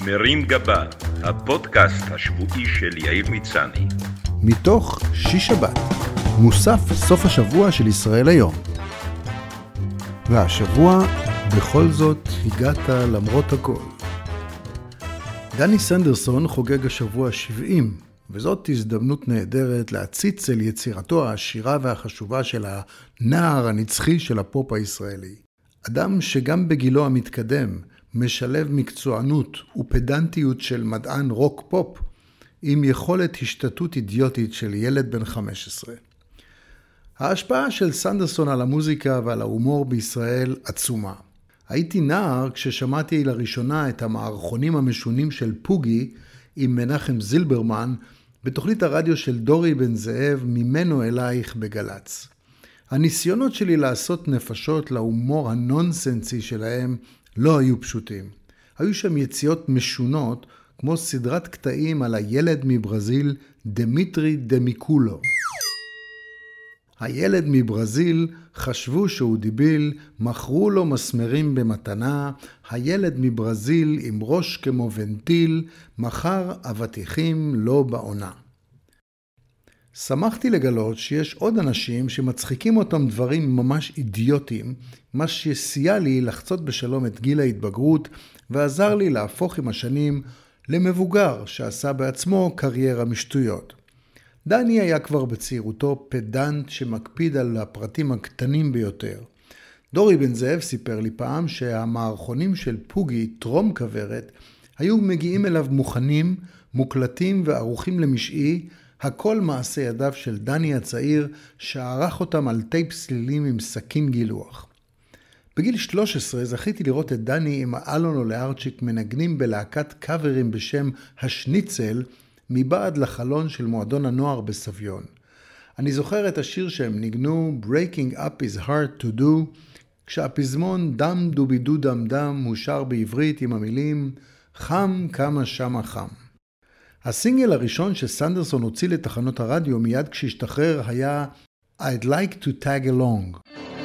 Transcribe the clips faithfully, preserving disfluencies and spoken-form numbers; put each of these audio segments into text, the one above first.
מרים גבה, הפודקאסט השבועי של יאיר מצני. מתוך שיש שבת, מוסף סוף השבוע של ישראל היום. והשבוע, בכל זאת, הגעת למרות הכל. דני סנדרסון חוגג השבוע שבעים, וזאת הזדמנות נהדרת להציץ אל יצירתו העשירה והחשובה של הנער הנצחי של הפופ הישראלי. אדם שגם בגילו המתקדם משלב מקצוענות ופדנטיות של מדען רוק פופ עם יכולת השתתות אידיוטית של ילד בן חמש עשרה. ההשפעה של סנדרסון על המוזיקה ועל ההומור בישראל עצומה. הייתי נער כששמעתי לראשונה את המערכונים המשונים של פוגי עם מנחם זילברמן בתוכנית הרדיו של דורי בן זאב ממנו אלייך בגלץ. הניסיונות שלי לעשות נפשות להומור הנונסנסי שלהם לא היו פשוטים. היו שם יציאות משונות כמו סדרת קטעים על הילד מברזיל דמיטרי דמיקולו. הילד מברזיל חשבו שהוא דיביל, מכרו לו מסמרים במתנה, הילד מברזיל עם ראש כמו ונטיל, מחר אבטיחים לא בעונה. שמחתי לגלות שיש עוד אנשים שמצחיקים אותם דברים ממש אידיוטיים, מה שסייע לי לחצות בשלום את גיל ההתבגרות, ועזר לי להפוך עם השנים למבוגר שעשה בעצמו קריירה משטויות. דני היה כבר בצעירותו פדנט שמקפיד על הפרטים הקטנים ביותר. דורי בן זאב סיפר לי פעם שהמערכונים של פוגי טרום כברת היו מגיעים אליו מוכנים, מוקלטים וערוכים למשעי, הכל מעשה ידיו של דני הצעיר שערך אותם על טייפ סלילים עם סכין גילוח. בגיל שלוש עשרה זכיתי לראות את דני עם אלון אולארצ'יק מנגנים בלהקת קאברים בשם השניצל מבעד לחלון של מועדון הנוער בסביון. אני זוכר את השיר שהם ניגנו Breaking Up is Hard to Do, כשהפזמון דם דובידו דם דם מושר בעברית עם המילים חם כמה שמה חם. הסינגל הראשון שסנדרסון הוציא לתחנות הרדיו מיד כשהשתחרר היה I'd like to tag along.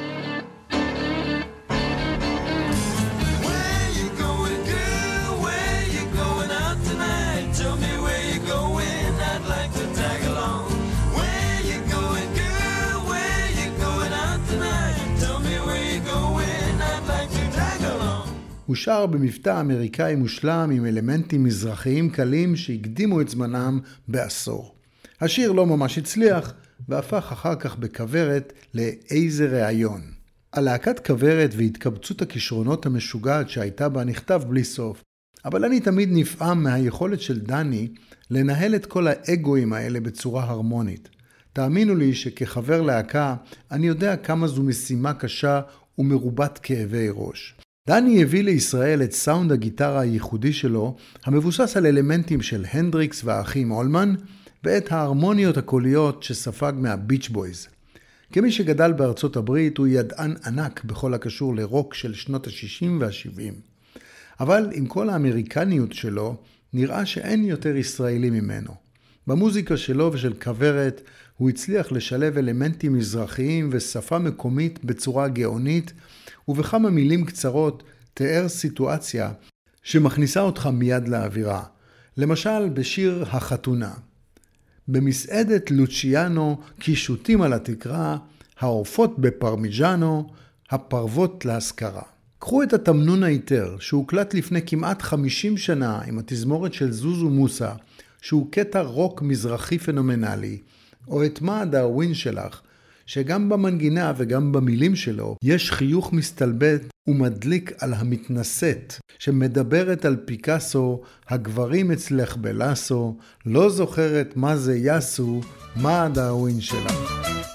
הוא שר במבטא אמריקאי מושלם עם אלמנטים מזרחיים קלים שהקדימו את זמנם בעשור. השיר לא ממש הצליח והפך אחר כך בכברת לאיזה רעיון. הלהקת כברת והתקבצות הכישרונות המשוגעת שהייתה בה נכתב בלי סוף, אבל אני תמיד נפעם מהיכולת של דני לנהל את כל האגואים האלה בצורה הרמונית. תאמינו לי שכחבר להקה אני יודע כמה זו משימה קשה ומרובת כאבי ראש. דני הביא לישראל את סאונד הגיטרה הייחודי שלו, המבוסס על אלמנטים של הנדריקס והאחים אולמן, ואת ההרמוניות הקוליות שספג מהביץ' בויז. כמי שגדל בארצות הברית, הוא ידען ענק בכל הקשור לרוק של שנות ה-שישים וה-שבעים. אבל עם כל האמריקניות שלו, נראה שאין יותר ישראלי ממנו. במוזיקה שלו ושל כברת, הוא הצליח לשלב אלמנטים מזרחיים ושפה מקומית בצורה גאונית, ובכמה מילים קצרות תיאר סיטואציה שמכניסה אותך מיד לאווירה. למשל בשיר החתונה. במסעדת לוציאנו קישוטים על התקרה, העופות בפרמיג'אנו, הפרוות להשכרה. קחו את התמנון היתר שהוקלט לפני כמעט חמישים שנה עם התזמורת של זוזו מוסה, שהוא קטע רוק מזרחי פנומנלי, או את מה דארווין שלך, שגם במנגינה וגם במילים שלו יש חיוך מסתלבט ומדליק על המתנשאת, שמדברת על פיקאסו, הגברים אצלך בלאסו, לא זוכרת מה זה יסו, מה הדארווין שלך.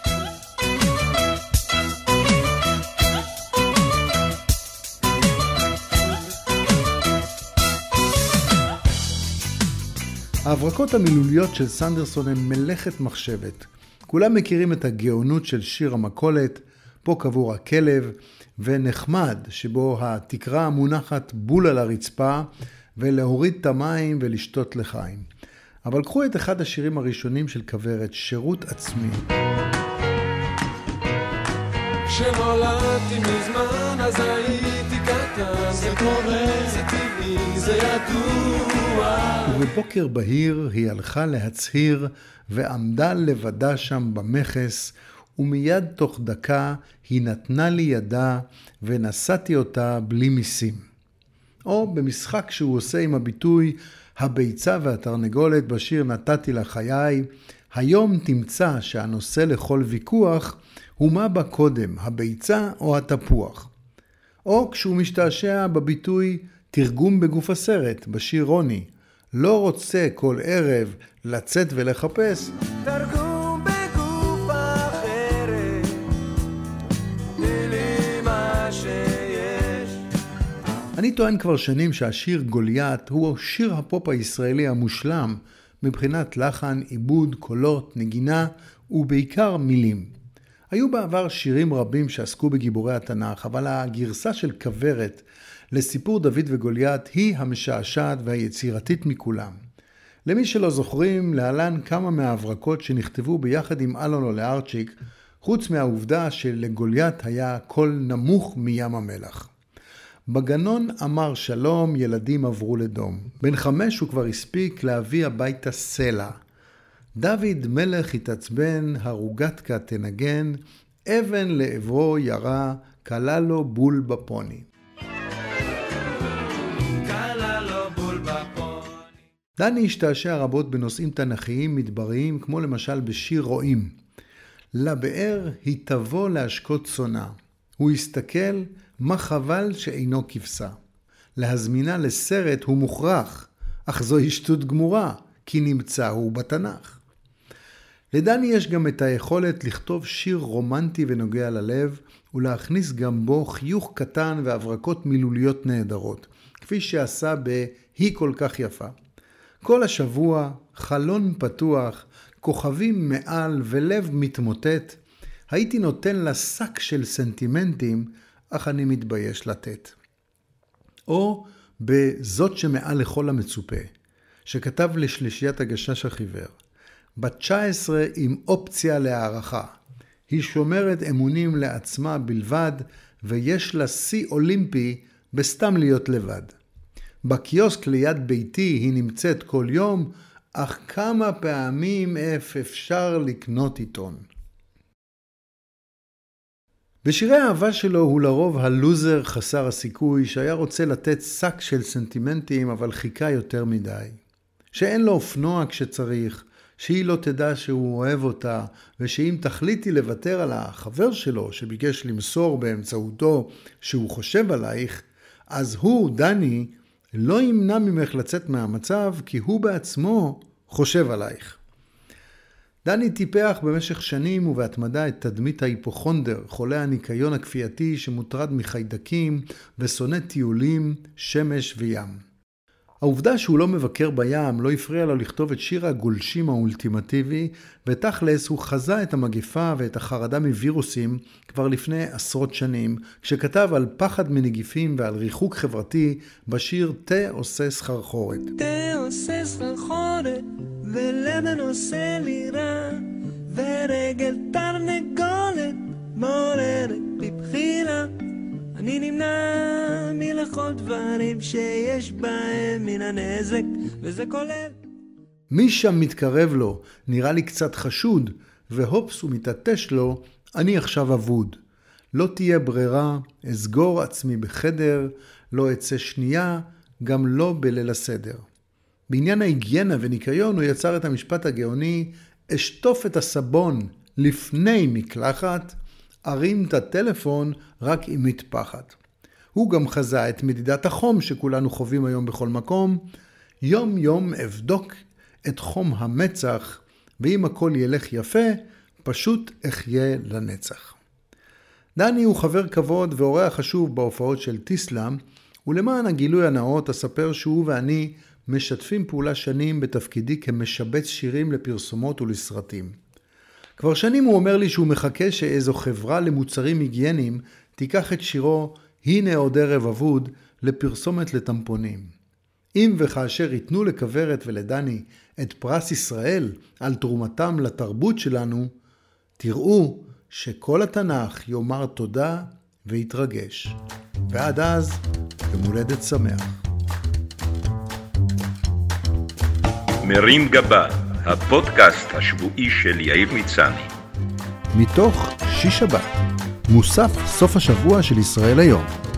ההברקות המילוליות של סנדרסון הן מלאכת מחשבת. כולם מכירים את הגאונות של שיר המקולת, פה קבור הכלב, ונחמד שבו התקרה מונחת בול על הרצפה, ולהוריד את המים ולשתות לחיים. אבל קחו את אחד השירים הראשונים של כברת, שירות עצמי. כשנולדתי מזמן אז הייתי קטן כאן, זה קורה, זה טבעי, זה ידוע. ובבוקר בהיר היא הלכה להצהיר ועמדה לבדה שם במכס, ומיד תוך דקה היא נתנה לי ידה ונשאתי אותה בלי מיסים. או במשחק שהוא עושה עם הביטוי הביצה והתרנגולת בשיר נתתי לחיי, היום תמצא שהנושא לכל ויכוח הוא מה בא קודם, הביצה או התפוח. או כשהוא משתעשע בביטוי תרגום בגוף הסרט בשיר רוני, לא רוצה כל ערב לצאת ולחפש, תרגום בגוף אחרת, תני לי מה שיש. אני טוען כבר שנים שהשיר גוליית הוא שיר הפופ הישראלי המושלם מבחינת לחן, עיבוד, קולות, נגינה ובעיקר מילים. היו בעבר שירים רבים שעסקו בגיבורי התנ"ך, אבל הגרסה של כוורת לסיפור דוד וגוליית היא המשעשעת והיצירתית מכולם. למי שלא זוכרים, להלן כמה מההברקות שנכתבו ביחד עם אלון אולארצ'יק, חוץ מהעובדה שלגוליית היה קול נמוך מים המלח. בגנון אמר שלום, ילדים עברו לדום. בן חמש הוא כבר הספיק להביא הביתה סלע. דוד מלך התעצבן, הרוגתקה תנגן, אבן לעברו ירה, קלה לו בול בפוני. קלה לו בול בפוני. דני השתעשע רבות בנושאים תנכיים מדבריים, כמו למשל בשיר רועים. לבאר היא תבוא להשקות צונה. הוא הסתכל, מה חבל שאינו כבשה. להזמינה לסרט הוא מוכרח, אך זו שטות גמורה, כי נמצא הוא בתנ"ך. לדני יש גם את היכולת לכתוב שיר רומנטי ונוגע ללב, ולהכניס גם בו חיוך קטן והברקות מילוליות נהדרות, כפי שעשה ב"היא כל כך יפה". כל השבוע, חלון פתוח, כוכבים מעל ולב מתמוטט, הייתי נותן לה שק של סנטימנטים, אך אני מתבייש לתת. או בזאת שמעל לכל המצופה, שכתב לשלישיית הגשש החיוור. בת תשע עשרה עם אופציה להערכה. היא שומרת אמונים לעצמה בלבד, ויש לה שיא אולימפי בסתם להיות לבד. בקיוסק ליד ביתי היא נמצאת כל יום, אך כמה פעמים אף אפשר לקנות עיתון. בשירי האהבה שלו הוא לרוב הלוזר חסר הסיכוי שהיה רוצה לתת שק של סנטימנטים אבל חיכה יותר מדי. שאין לו אופנוע כשצריך, שהיא לא תדע שהוא אוהב אותה, ושאם תחליטי לוותר על החבר שלו שביקש למסור באמצעותו שהוא חושב עלייך, אז הוא, דני, לא ימנע ממך לצאת מהמצב כי הוא בעצמו חושב עלייך. דני טיפח במשך שנים ובהתמדה את תדמית ההיפוכונדר, חולה הניקיון הכפייתי שמוטרד מחיידקים ושונא טיולים, שמש וים. העובדה שהוא לא מבקר בים לא הפריע לו לכתוב את שיר הגולשים האולטימטיבי, ותכלס הוא חזה את המגפה ואת החרדה מווירוסים כבר לפני עשרות שנים, כשכתב על פחד מנגיפים ועל ריחוק חברתי בשיר תה עושה סחרחורת. תה עושה סחרחורת ולבן עושה לי רע, ורגל תרנגולת מעוררת בבחירה. אני נמנע מלכל דברים שיש בהם מן הנזק, וזה כולל. מי שם מתקרב לו, נראה לי קצת חשוד, והופס הוא מתעטש לו, אני עכשיו אבוד. לא תהיה ברירה, אסגור עצמי בחדר, לא אצא שנייה, גם לא בליל הסדר. בעניין ההיגיינה וניקיון הוא יצר את המשפט הגאוני, אשטוף את הסבון לפני מקלחת, ארים את הטלפון רק עם מטפחת. הוא גם חזה את מדידת החום שכולנו חווים היום בכל מקום. יום יום אבדוק את חום המצח, ואם הכל ילך יפה, פשוט אחיה לנצח. דני הוא חבר כבוד ואורח חשוב בהופעות של טיסלאם, ולמען הגילוי הנאות אספר שהוא ואני משתפים פעולה שנים בתפקידי כמשבץ שירים לפרסומות ולסרטים. כבר שנים הוא אומר לי שהוא מחכה שאיזו חברה למוצרים היגייניים תיקח את שירו "הנה עוד ערב אבוד" לפרסומת לטמפונים. אם וכאשר ייתנו לכוורת ולדני את פרס ישראל על תרומתם לתרבות שלנו, תראו שכל התנ"ך יאמר תודה ויתרגש. ועד אז, יום הולדת שמח. מרים גבה, הפודקאסט השבועי של יאיר מצני. מתוך שיש שבת, מוסף סוף השבוע של ישראל היום.